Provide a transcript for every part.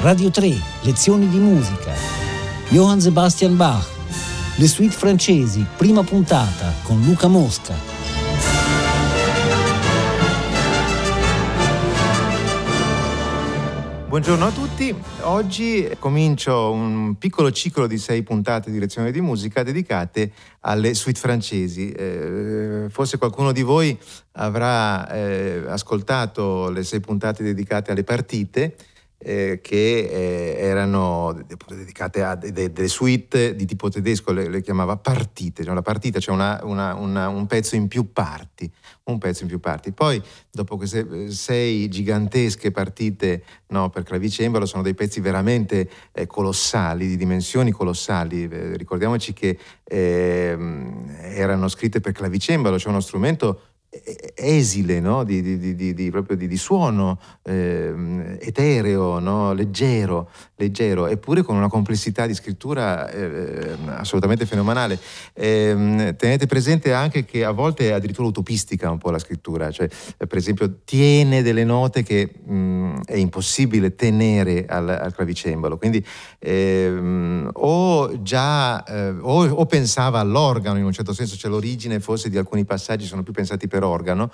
Radio 3, lezioni di musica. Johann Sebastian Bach. Le suite francesi, prima puntata con Luca Mosca. Buongiorno a tutti, oggi comincio un piccolo ciclo di 6 puntate di lezioni di musica dedicate alle suite francesi. Forse qualcuno di voi avrà ascoltato le 6 puntate dedicate alle partite, che erano dedicate a delle suite di tipo tedesco, le chiamava partite. Cioè la partita c'è un pezzo in più parti, Poi, dopo queste 6 gigantesche partite, no, per clavicembalo, sono dei pezzi veramente colossali, di dimensioni colossali. Ricordiamoci che erano scritte per clavicembalo, cioè uno strumento esile, no? Proprio di suono etereo, no? leggero, eppure con una complessità di scrittura assolutamente fenomenale. Tenete presente anche che a volte è addirittura utopistica un po' la scrittura, cioè per esempio tiene delle note che è impossibile tenere al clavicembalo, quindi o pensava all'organo in un certo senso, cioè l'origine forse di alcuni passaggi sono più pensati per organo,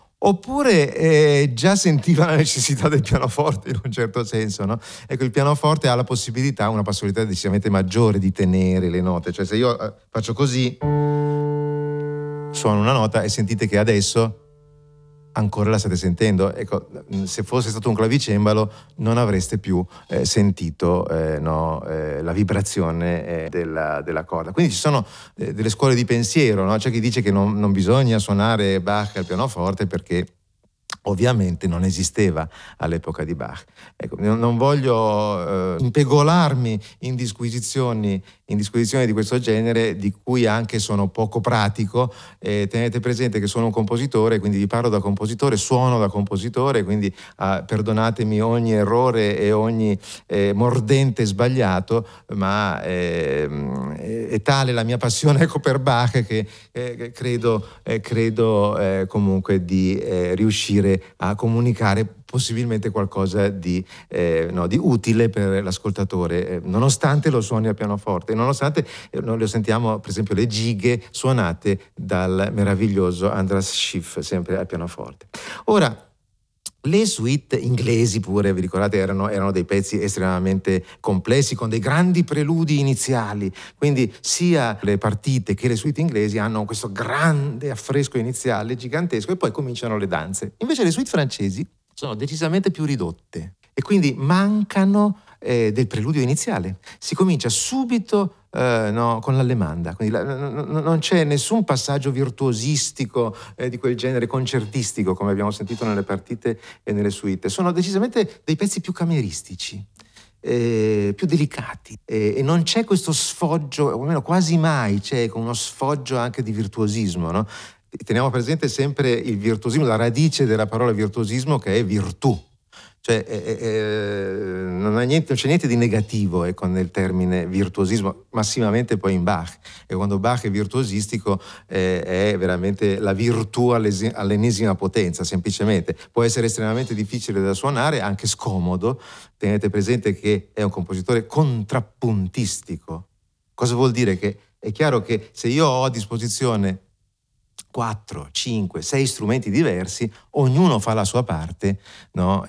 oppure già sentiva la necessità del pianoforte in un certo senso, no? Ecco, il pianoforte ha una possibilità decisamente maggiore di tenere le note, cioè se io faccio così, suono una nota e sentite che adesso ancora la state sentendo. Ecco, se fosse stato un clavicembalo non avreste più sentito la vibrazione della corda. Quindi ci sono delle scuole di pensiero, no? C'è chi dice che non bisogna suonare Bach al pianoforte perché ovviamente non esisteva all'epoca di Bach. Ecco, non voglio impegolarmi in disquisizioni di questo genere, di cui anche sono poco pratico. Tenete presente che sono un compositore, quindi vi parlo da compositore, suono da compositore, quindi perdonatemi ogni errore e ogni mordente sbagliato, ma è tale la mia passione per Bach che credo comunque di riuscire a comunicare possibilmente qualcosa di utile per l'ascoltatore, nonostante lo suoni al pianoforte, nonostante noi lo sentiamo, per esempio, le gighe suonate dal meraviglioso Andras Schiff, sempre al pianoforte. Ora, le suite inglesi pure, vi ricordate, erano dei pezzi estremamente complessi, con dei grandi preludi iniziali, quindi sia le partite che le suite inglesi hanno questo grande affresco iniziale gigantesco e poi cominciano le danze. Invece le suite francesi sono decisamente più ridotte e quindi mancano del preludio iniziale. Si comincia subito con l'allemanda, quindi non c'è nessun passaggio virtuosistico di quel genere, concertistico, come abbiamo sentito nelle partite e nelle suite. Sono decisamente dei pezzi più cameristici, più delicati, e non c'è questo sfoggio, o almeno quasi mai c'è uno sfoggio anche di virtuosismo, no? Teniamo presente sempre il virtuosismo, la radice della parola virtuosismo, che è virtù. Cioè non c'è niente di negativo nel termine virtuosismo, massimamente poi in Bach. E quando Bach è virtuosistico è veramente la virtù all'ennesima potenza, semplicemente. Può essere estremamente difficile da suonare, anche scomodo. Tenete presente che è un compositore contrappuntistico. Cosa vuol dire? Che è chiaro che se io ho a disposizione 4, 5, 6 strumenti diversi, ognuno fa la sua parte, no?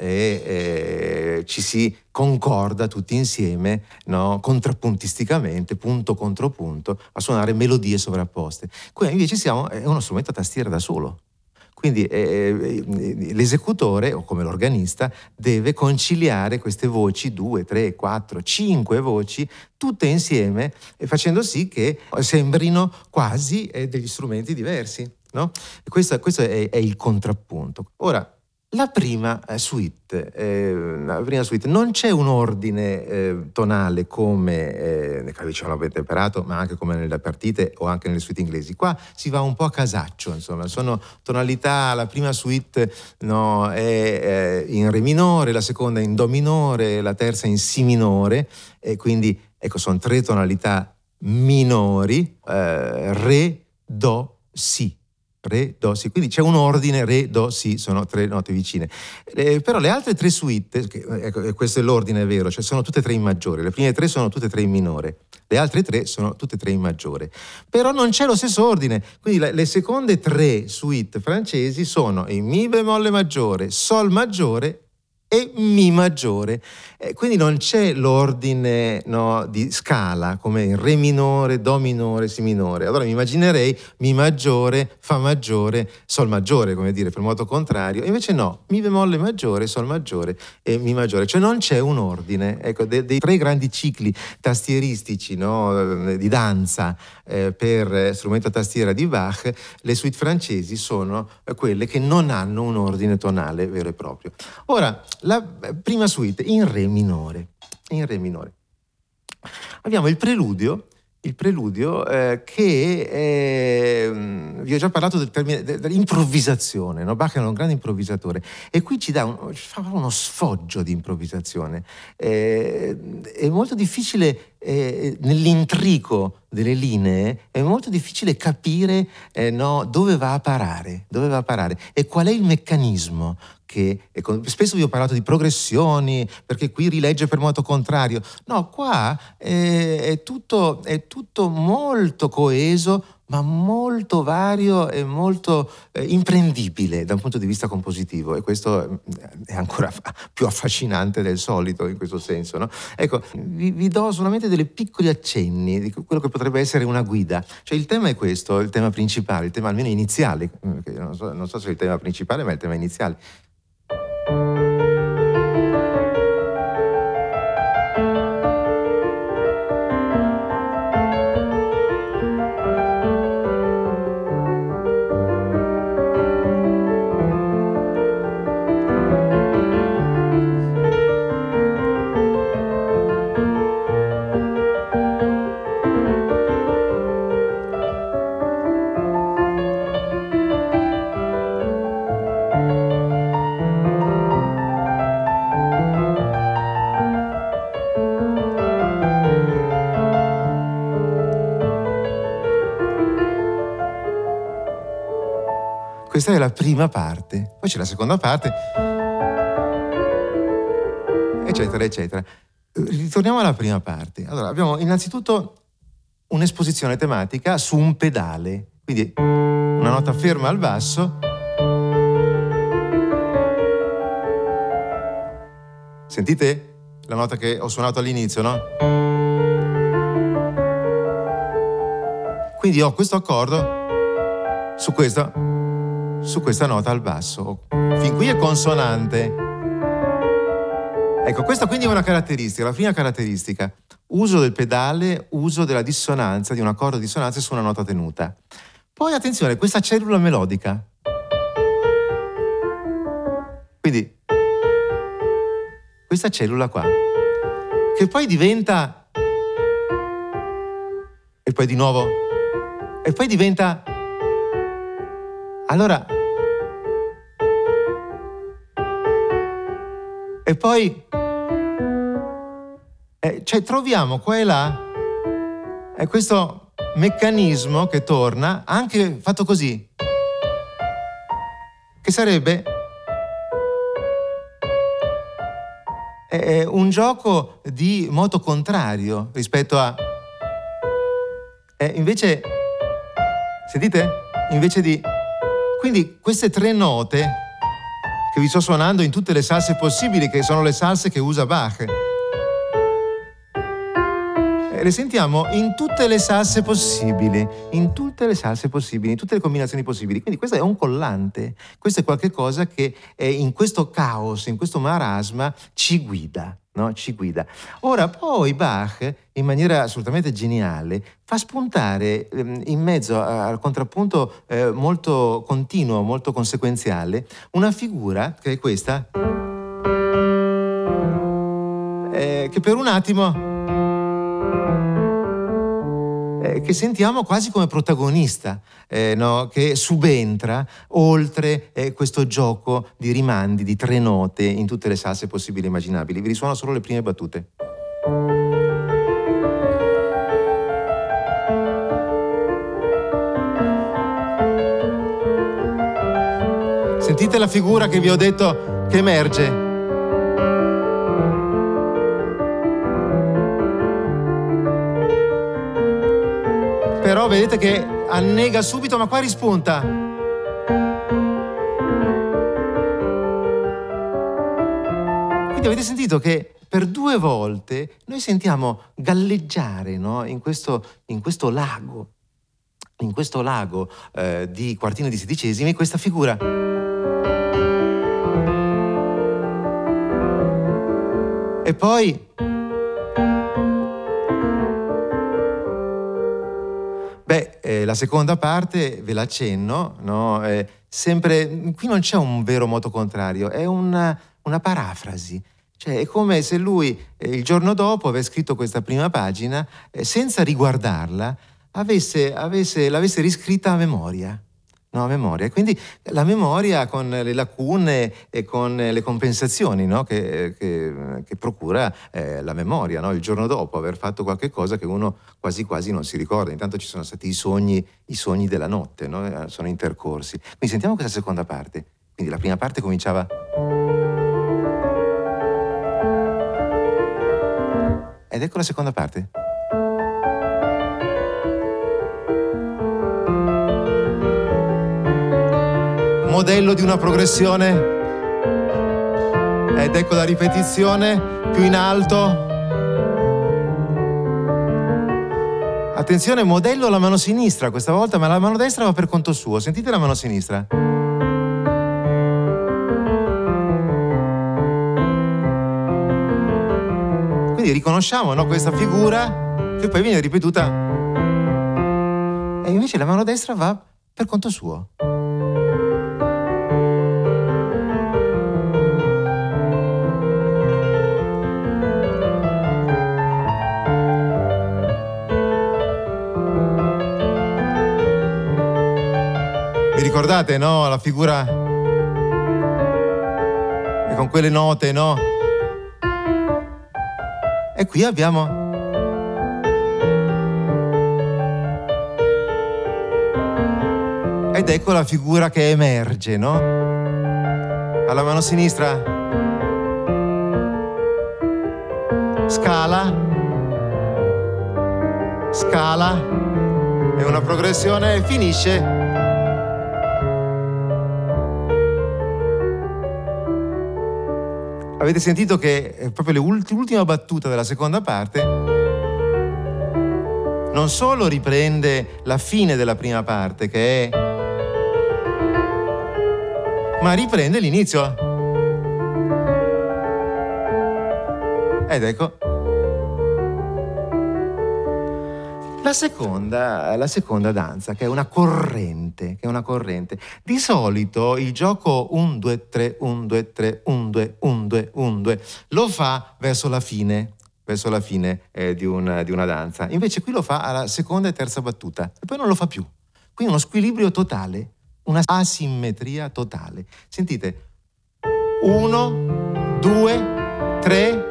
E ci si concorda tutti insieme, no? Contrappuntisticamente, punto contro punto, a suonare melodie sovrapposte. Qui invece è uno strumento a tastiera da solo. Quindi l'esecutore, o come l'organista, deve conciliare queste voci, 2, 3, 4, 5 voci, tutte insieme, facendo sì che sembrino quasi degli strumenti diversi, no? E questo è il contrappunto. Ora, la prima suite non c'è un ordine tonale come nel clavicembalo ben temperato, ma anche come nelle partite o anche nelle suite inglesi. Qua si va un po' a casaccio, insomma, sono tonalità. La prima suite è in re minore, la seconda in do minore, la terza in si minore, e quindi sono 3 tonalità minori, re, do, si. Re, Do, Si. Quindi c'è un ordine, Re, Do, Si, sono 3 note vicine. Però le altre 3 suite, ecco, questo è l'ordine vero, cioè sono tutte e 3 in maggiore. Le prime 3 sono tutte e 3 in minore. Le altre 3 sono tutte e 3 in maggiore. Però non c'è lo stesso ordine. Quindi le seconde 3 suite francesi sono in Mi bemolle maggiore, Sol maggiore e Mi maggiore. Quindi non c'è l'ordine, no, di scala come in Re minore, Do minore, Si minore. Allora mi immaginerei Mi maggiore, Fa maggiore, Sol maggiore, come dire, per modo contrario. Invece no, Mi bemolle maggiore, Sol maggiore e Mi maggiore. Cioè non c'è un ordine. Ecco, dei 3 grandi cicli tastieristici, no, di danza per strumento a tastiera di Bach, le suite francesi sono quelle che non hanno un ordine tonale vero e proprio. Ora, la prima suite in Re minore. In Re minore. Abbiamo il preludio che vi ho già parlato del termine dell'improvvisazione, no? Bach è un grande improvvisatore e qui ci fa uno sfoggio di improvvisazione. È molto difficile, nell'intrico delle linee, è molto difficile capire no, dove va a parare e qual è il meccanismo che spesso vi ho parlato di progressioni perché qui rilegge per moto contrario. No, qua è tutto molto coeso, ma molto vario e molto imprendibile da un punto di vista compositivo, e questo è ancora più affascinante del solito in questo senso, no? Ecco, vi do solamente dei piccoli accenni di quello che potrebbe essere una guida. Cioè il tema è questo, il tema principale, il tema almeno iniziale, non so se è il tema principale, ma è il tema iniziale. Questa è la prima parte, poi c'è la seconda parte, eccetera, eccetera. Ritorniamo alla prima parte. Allora, abbiamo innanzitutto un'esposizione tematica su un pedale, quindi una nota ferma al basso, sentite la nota che ho suonato all'inizio, no? Quindi ho questo accordo su questa nota al basso. Fin qui è consonante. Ecco, questa quindi è una caratteristica, la prima caratteristica. Uso del pedale, uso della dissonanza, di un accordo di dissonanza su una nota tenuta. Poi attenzione, questa cellula melodica. Quindi, questa cellula qua, che poi diventa... E poi di nuovo... E poi diventa... Allora... E poi... cioè troviamo qua e là questo meccanismo che torna, anche fatto così, che sarebbe un gioco di moto contrario rispetto a... invece, sentite? Invece di... Quindi queste 3 note che vi sto suonando in tutte le salse possibili, che sono le salse che usa Bach, le sentiamo in tutte le salse possibili, in tutte le combinazioni possibili. Quindi questo è un collante, questo è qualche cosa che in questo caos, in questo marasma ci guida, no? Ci guida. Ora poi Bach, in maniera assolutamente geniale, fa spuntare in mezzo al contrappunto molto continuo, molto conseguenziale, una figura che è questa, che per un attimo che sentiamo quasi come protagonista, no? Che subentra oltre questo gioco di rimandi di 3 note in tutte le salse possibili e immaginabili. Vi risuono solo le prime battute. Sentite la figura che vi ho detto che emerge. Però vedete che annega subito, ma qua rispunta. Quindi avete sentito che per 2 volte noi sentiamo galleggiare, no? in questo lago. In questo lago di quartino di sedicesimi, questa figura. E poi la seconda parte ve l'accenno, no? Sempre qui non c'è un vero moto contrario, è una parafrasi. Cioè è come se lui il giorno dopo aver scritto questa prima pagina, senza riguardarla, l'avesse riscritta a memoria. No, a memoria. E quindi la memoria con le lacune e con le compensazioni, no? che procura la memoria, no? Il giorno dopo aver fatto qualche cosa che uno quasi quasi non si ricorda. Intanto ci sono stati i sogni della notte, no? Sono intercorsi. Quindi sentiamo questa seconda parte. Quindi la prima parte cominciava. Ed ecco la seconda parte. Modello di una progressione, ed ecco la ripetizione più in alto. Attenzione, modello la mano sinistra questa volta, ma la mano destra va per conto suo. Sentite la mano sinistra. Quindi riconosciamo, no, questa figura che poi viene ripetuta, e invece la mano destra va per conto suo. Vi ricordate, no? La figura e con quelle note, no? E qui abbiamo ed ecco la figura che emerge, no? Alla mano sinistra scala, è una progressione e finisce. Avete sentito che proprio l'ultima battuta della seconda parte non solo riprende la fine della prima parte, che è, ma riprende l'inizio. Ed ecco. La seconda danza, che è una corrente. Di solito il gioco 1, 2, 3, 1, 2, 3, 1, 2, 1, 2, 1, 2 lo fa verso la fine di una danza. Invece qui lo fa alla seconda e terza battuta e poi non lo fa più. Quindi uno squilibrio totale, una asimmetria totale. Sentite. 1, 2, 3,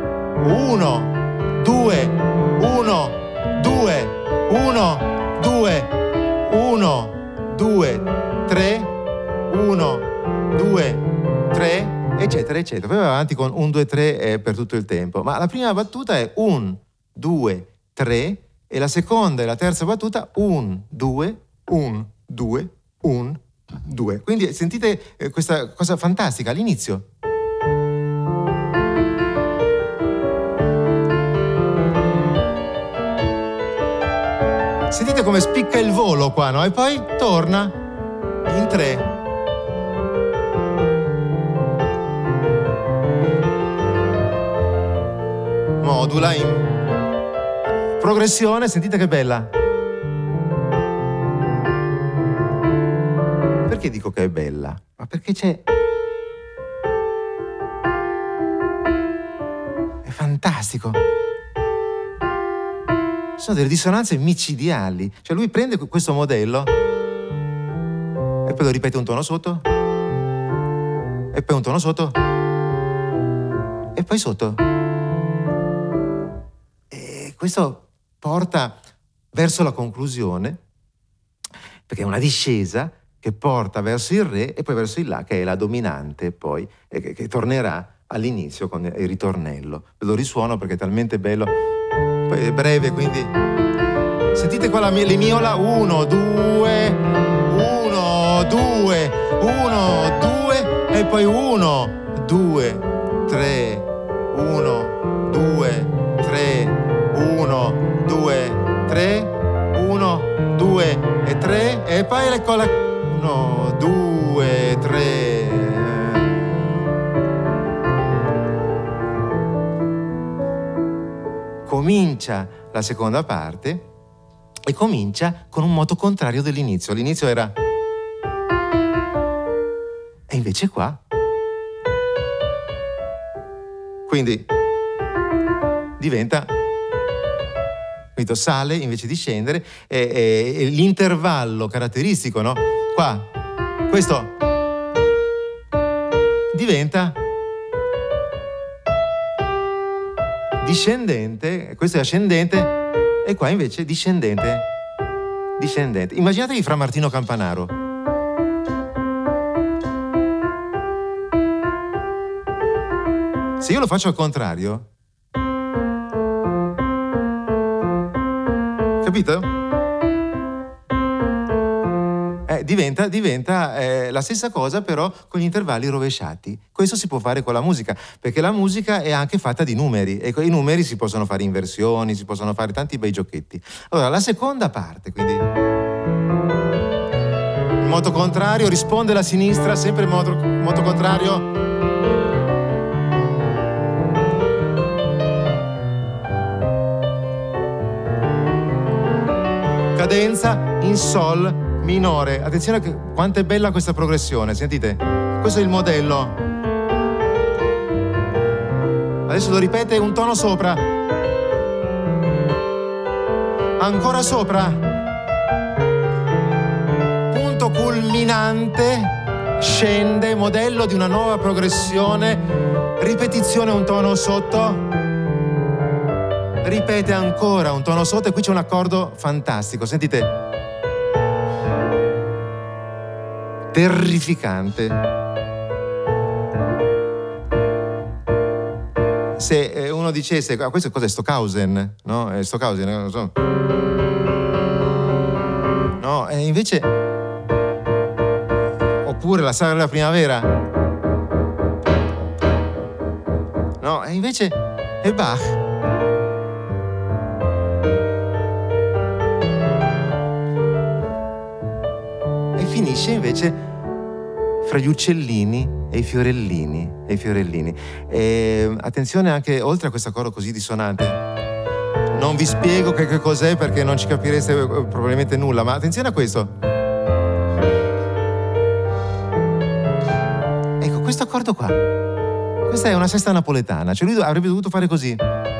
1, 2, 1, 2, 1, 2, 1, 2, 3, 1, 2, 3, eccetera, eccetera. Poi va avanti con 1, 2, 3 per tutto il tempo. Ma la prima battuta è 1, 2, 3 e la seconda e la terza battuta 1, 2, 1, 2, 1, 2. Quindi sentite questa cosa fantastica all'inizio. Sentite come spicca il volo qua, no? E poi torna in 3. Modula in progressione, sentite che bella. Perché dico che è bella? Ma perché c'è... È fantastico. Sono delle dissonanze micidiali. Cioè lui prende questo modello e poi lo ripete un tono sotto e poi un tono sotto e poi sotto. E questo porta verso la conclusione, perché è una discesa che porta verso il Re e poi verso il La, che è la dominante poi, che tornerà all'inizio con il ritornello. Ve lo risuono perché è talmente bello, poi è breve, quindi sentite qua le miola, 1, 2, 1, 2, 1, 2 e poi 1, 2, 3, 1, 2, 3, 1, 2, 3, 1, 2 e 3 e poi ecco la 1, 2, 3. Comincia la seconda parte e comincia con un moto contrario dell'inizio. L'inizio era... E invece qua... Quindi diventa... Quindi sale invece di scendere e l'intervallo caratteristico, no? Qua, questo diventa discendente, questo è ascendente e qua invece discendente. Immaginatevi Fra Martino Campanaro. Se io lo faccio al contrario, capito? Diventa la stessa cosa però con gli intervalli rovesciati. Questo si può fare con la musica, perché la musica è anche fatta di numeri e con i numeri si possono fare inversioni, si possono fare tanti bei giochetti. Allora, la seconda parte, quindi il moto contrario, risponde la sinistra, sempre il moto contrario. Cadenza in Sol minore. Attenzione a quanto è bella questa progressione, sentite? Questo è il modello. Adesso lo ripete un tono sopra. Ancora sopra. Punto culminante, scende, modello di una nuova progressione, ripetizione un tono sotto. Ripete ancora un tono sotto e qui c'è un accordo fantastico, sentite? Terrificante. Se uno dicesse, questo cos'è Stockhausen, no? Stockhausen, non so. No, invece oppure la Sala della Primavera. No, e invece è Bach. Finisce invece fra gli uccellini e i fiorellini. Attenzione anche oltre a questo accordo così dissonante. Non vi spiego che cos'è perché non ci capireste probabilmente nulla, ma attenzione a questo. Ecco, questo accordo qua. Questa è una sesta napoletana, cioè lui avrebbe dovuto fare così.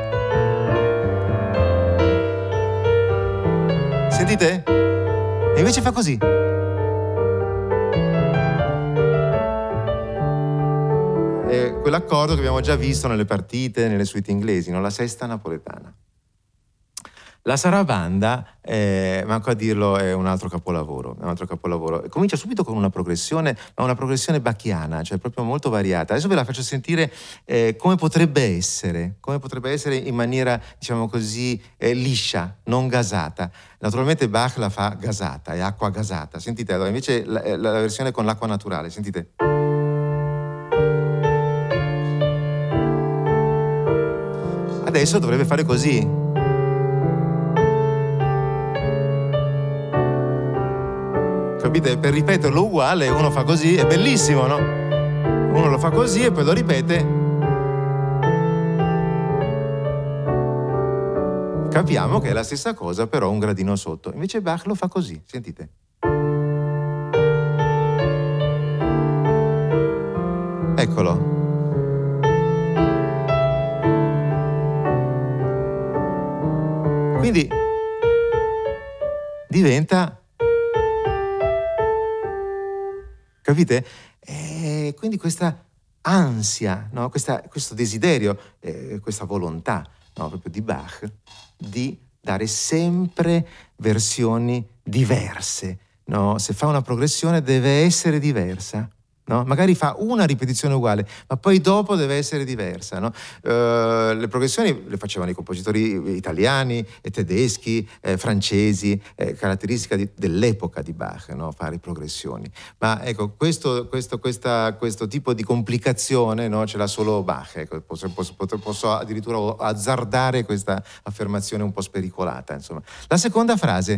Sentite? E invece fa così. Quell'accordo che abbiamo già visto nelle partite, nelle suite inglesi, no? La sesta napoletana. La sarabanda, manco a dirlo, è un altro capolavoro. Comincia subito con una progressione, ma una progressione bacchiana, cioè proprio molto variata. Adesso ve la faccio sentire come potrebbe essere in maniera, diciamo così, liscia, non gasata. Naturalmente Bach la fa gasata, è acqua gasata. Sentite, allora, invece la versione con l'acqua naturale, sentite. Adesso dovrebbe fare così. Capite? Per ripeterlo uguale, uno fa così, è bellissimo, no? Uno lo fa così e poi lo ripete. Capiamo che è la stessa cosa, però un gradino sotto. Invece Bach lo fa così, sentite. Eccolo. Quindi diventa, capite? Quindi questa ansia, no? Questo desiderio, questa volontà, no? Proprio di Bach, di dare sempre versioni diverse no, se fa una progressione deve essere diversa. No? Magari fa una ripetizione uguale, ma poi dopo deve essere diversa. No? Le progressioni le facevano i compositori italiani e tedeschi, francesi, caratteristica dell'epoca di Bach, no? Fare progressioni. Ma ecco, questo tipo di complicazione, no? Ce l'ha solo Bach. Ecco, posso addirittura azzardare questa affermazione un po' spericolata. Insomma. La seconda frase.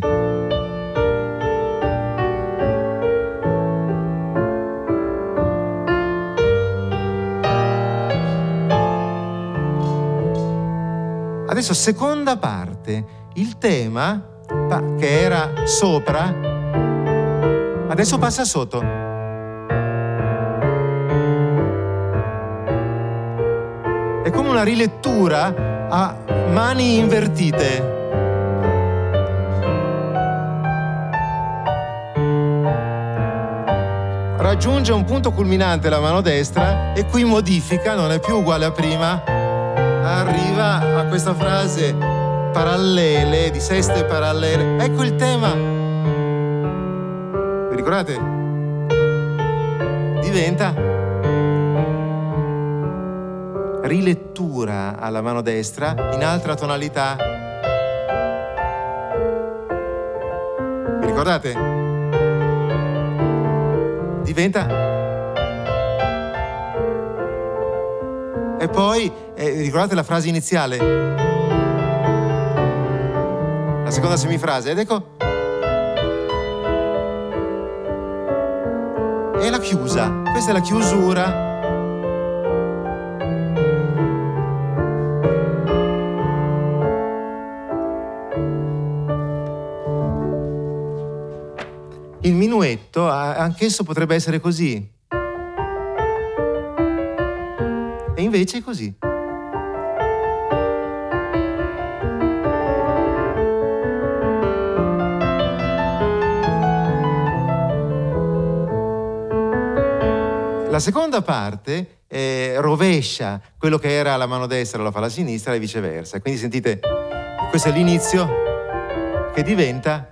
Adesso seconda parte, il tema che era sopra, adesso passa sotto. È come una rilettura a mani invertite. Raggiunge un punto culminante la mano destra e qui modifica, non è più uguale a prima. Arriva a questa frase parallele, di seste parallele. Ecco il tema. Vi ricordate? Diventa rilettura alla mano destra in altra tonalità. Vi ricordate? Diventa. E poi, ricordate la frase iniziale? La seconda semifrase, ed ecco. E la chiusa, questa è la chiusura. Il minuetto, anch'esso potrebbe essere così. E invece è così. La seconda parte rovescia quello che era la mano destra, lo fa la sinistra e viceversa. Quindi sentite, questo è l'inizio che diventa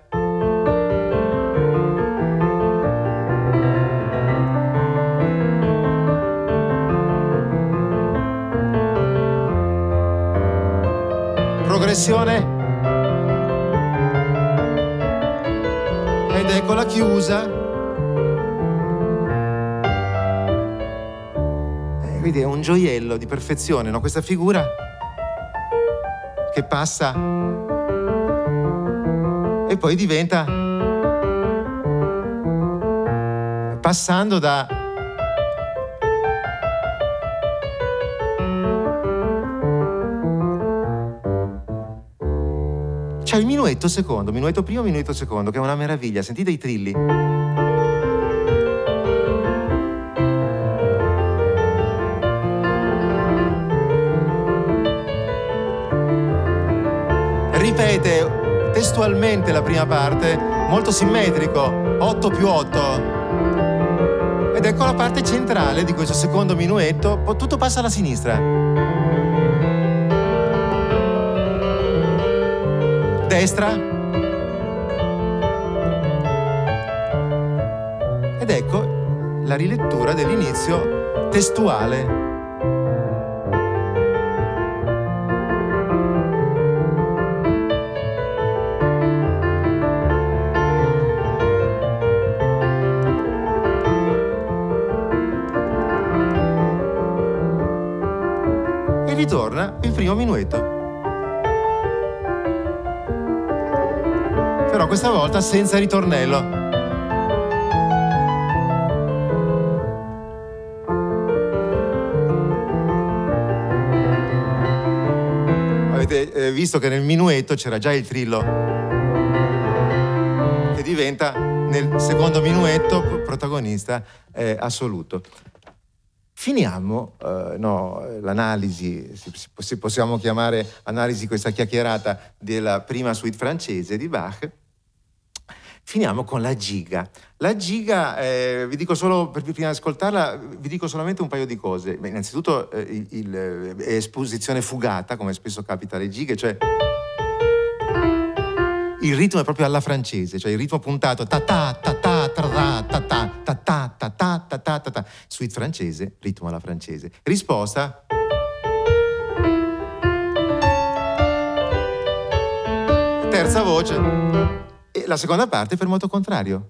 progressione ed ecco la chiusa. Quindi è un gioiello di perfezione, no? Questa figura che passa e poi diventa, passando da c'è il minuetto secondo, minuetto primo, minuetto secondo, che è una meraviglia. Sentite i trilli. Ripete testualmente la prima parte, molto simmetrico, 8 più 8. Ed ecco la parte centrale di questo secondo minuetto, tutto passa alla sinistra. Destra ed ecco la rilettura dell'inizio testuale. E ritorna il primo minuetto. Però questa volta senza ritornello. Avete visto che nel minuetto c'era già il trillo che diventa nel secondo minuetto protagonista assoluto. Finiamo l'analisi, se possiamo chiamare analisi questa chiacchierata della prima suite francese di Bach. Finiamo con la giga. La giga, vi dico solo, prima di ascoltarla, vi dico solamente un paio di cose. Beh, innanzitutto esposizione fugata, come spesso capita alle gighe, cioè Il ritmo è proprio alla francese, cioè il ritmo puntato ta ta ta ta ta ta ta ta ta ta ta ta ta ta ta ta. Suite francese, ritmo alla francese. Risposta. Terza voce. E la seconda parte per moto contrario.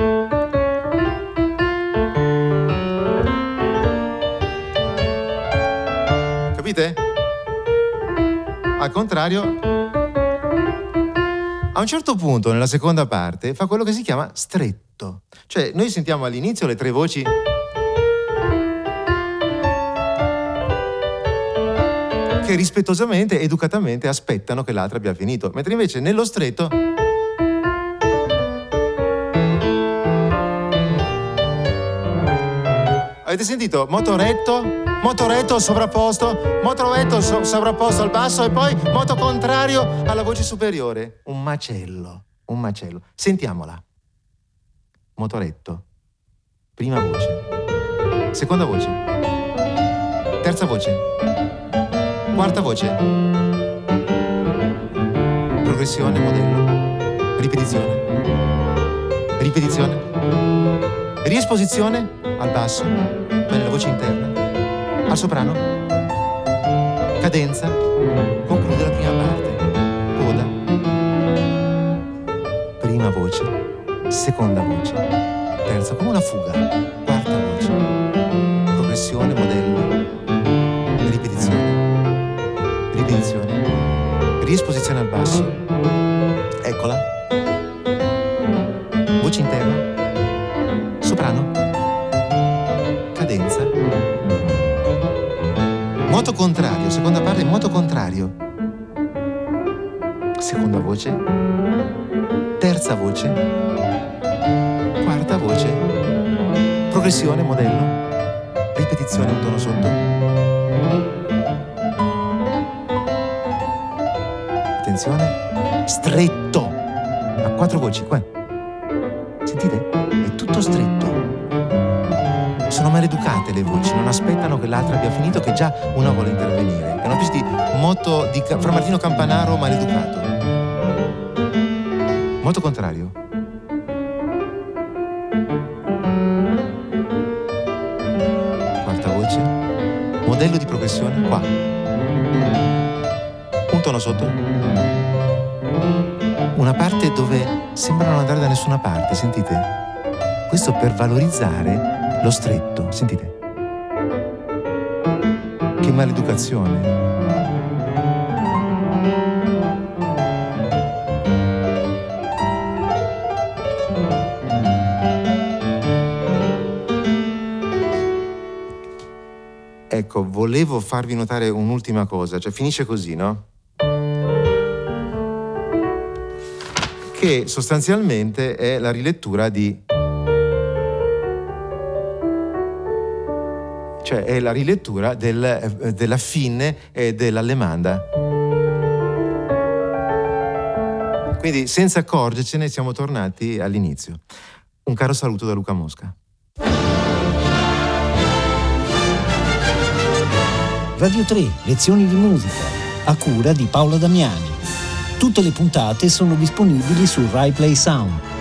Capite? Al contrario, a un certo punto nella seconda parte fa quello che si chiama stretto. Cioè noi sentiamo all'inizio le tre voci che rispettosamente, educatamente aspettano che l'altra abbia finito, mentre invece nello stretto avete sentito? Moto retto sovrapposto, moto retto sovrapposto al basso e poi moto contrario alla voce superiore. Un macello. Sentiamola. Moto retto. Prima voce. Seconda voce. Terza voce. Quarta voce. Progressione, modello. Ripetizione. Riesposizione al basso, poi nella voce interna. Al soprano, cadenza, conclude la prima parte, coda, prima voce, seconda voce, terza, come una fuga, quarta voce, progressione, modello, ripetizione, riesposizione al basso, eccola, voce interna, soprano, cadenza, moto contrario, seconda parte, moto contrario. Seconda voce, terza voce, quarta voce, progressione, modello, ripetizione, un tono sotto. Attenzione, stretto, a quattro voci, qua. Sentite? È tutto stretto. Sono maleducate le voci, non aspettano che l'altra abbia finito, che già una vuole intervenire. È una specie di moto di Fra Martino Campanaro maleducato. Moto contrario. Quarta voce. Modello di progressione, qua. Un tono sotto. Una parte dove sembra non andare da nessuna parte, sentite? Questo per valorizzare lo stretto, sentite? Che maleducazione. Ecco, volevo farvi notare un'ultima cosa, cioè finisce così, no? Che sostanzialmente è la rilettura di... cioè è la rilettura della fine e dell'allemanda. Quindi senza accorgercene siamo tornati all'inizio. Un caro saluto da Luca Mosca. Radio 3, lezioni di musica, a cura di Paola Damiani. Tutte le puntate sono disponibili su Rai Play Sound.